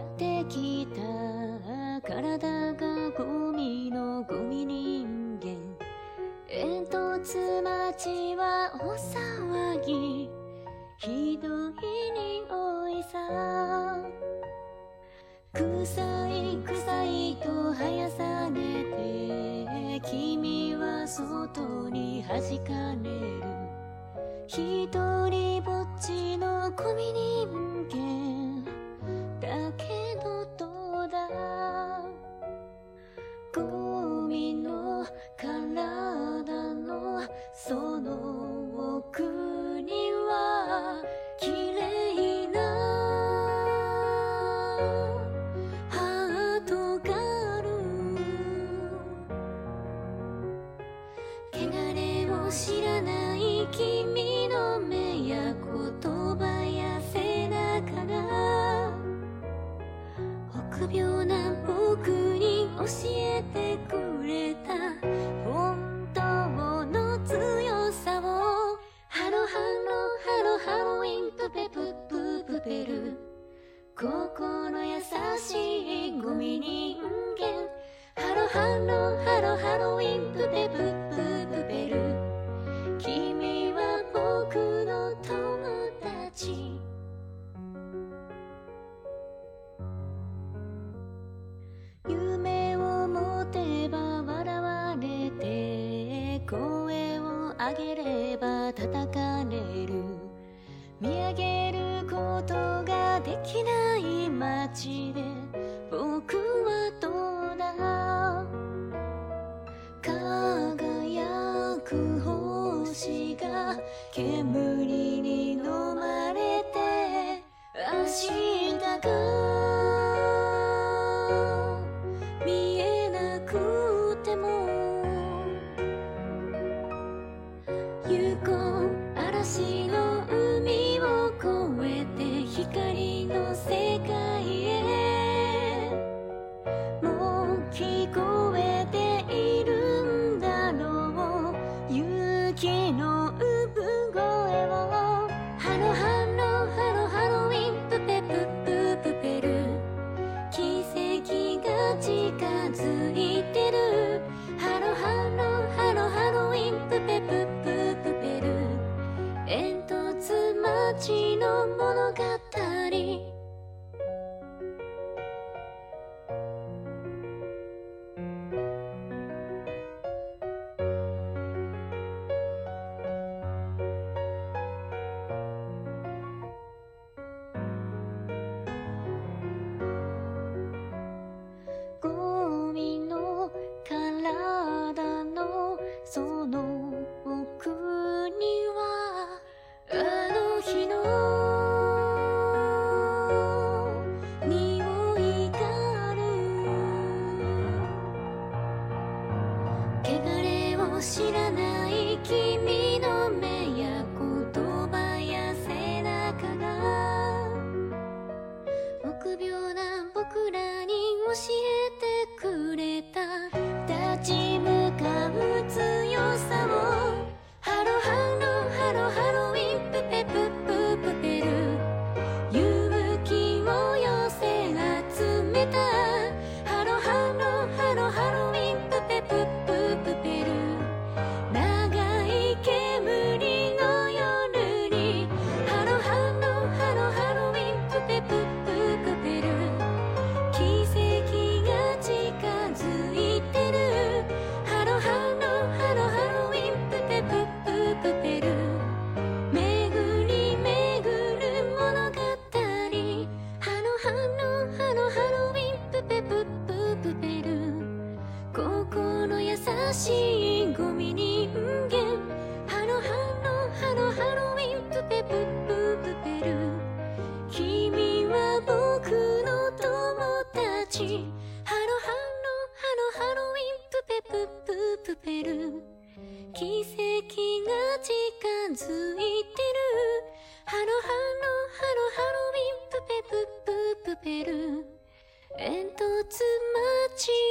ってきた体がゴミのゴミ人間。煙突町はお騒ぎ、ひどい匂いさ。臭い臭いと生やされて、君は外に弾かれる。ひとりぼっちのゴミ人間だけどどうだ。ゴミの体のその奥には綺麗なハートがある。汚れを知らない君の目や言葉や背中が臆病な僕に教えてくれた本当の強さを。ハロハロハロハロウィンプペプププペル、心優しいゴミ人間。ハロハロハロハロウィンプペプププペル、君は僕の友達。夢を持てば笑われて、声を上げれば叩かれる。見上げることができない街で僕はどうだ。輝く星が煙に飲まれて、明日が見えなくても行こう。嵐の海を越えて光の世界へ。もう聞こえているんだろう、勇気の産声を。ハロハロハロハロウィンプペプププペル、奇跡が近づいてる。ハロハロハロハロウィンプペプププペル、煙突町の物語。ゴミの体のその奥にはあの日の匂いがある。汚れを知らない君の目や言葉や背中が臆病な僕らに教えてくれた立ち向かう強さを。ハロハロハロハロウィンプペプププペル、勇気を寄せ集めた。ハロハロハロハロウィンプペプププペル、長い煙の夜に。ハロハロハロハロウィンプペプププペル、奇跡が近づいてる。ハロハロハロハロウィンプペプププペル、巡り巡る物語。ハロハロハロハロウィンプペプププペル、心優しいゴミ人間。ハロハロハロハロウィンプペプププペル、君は僕の友達。ハロハロハロハロウィンプペプププペル、奇跡が近づいてる。ハロハロハロハロウィンプペプププペル、煙突町。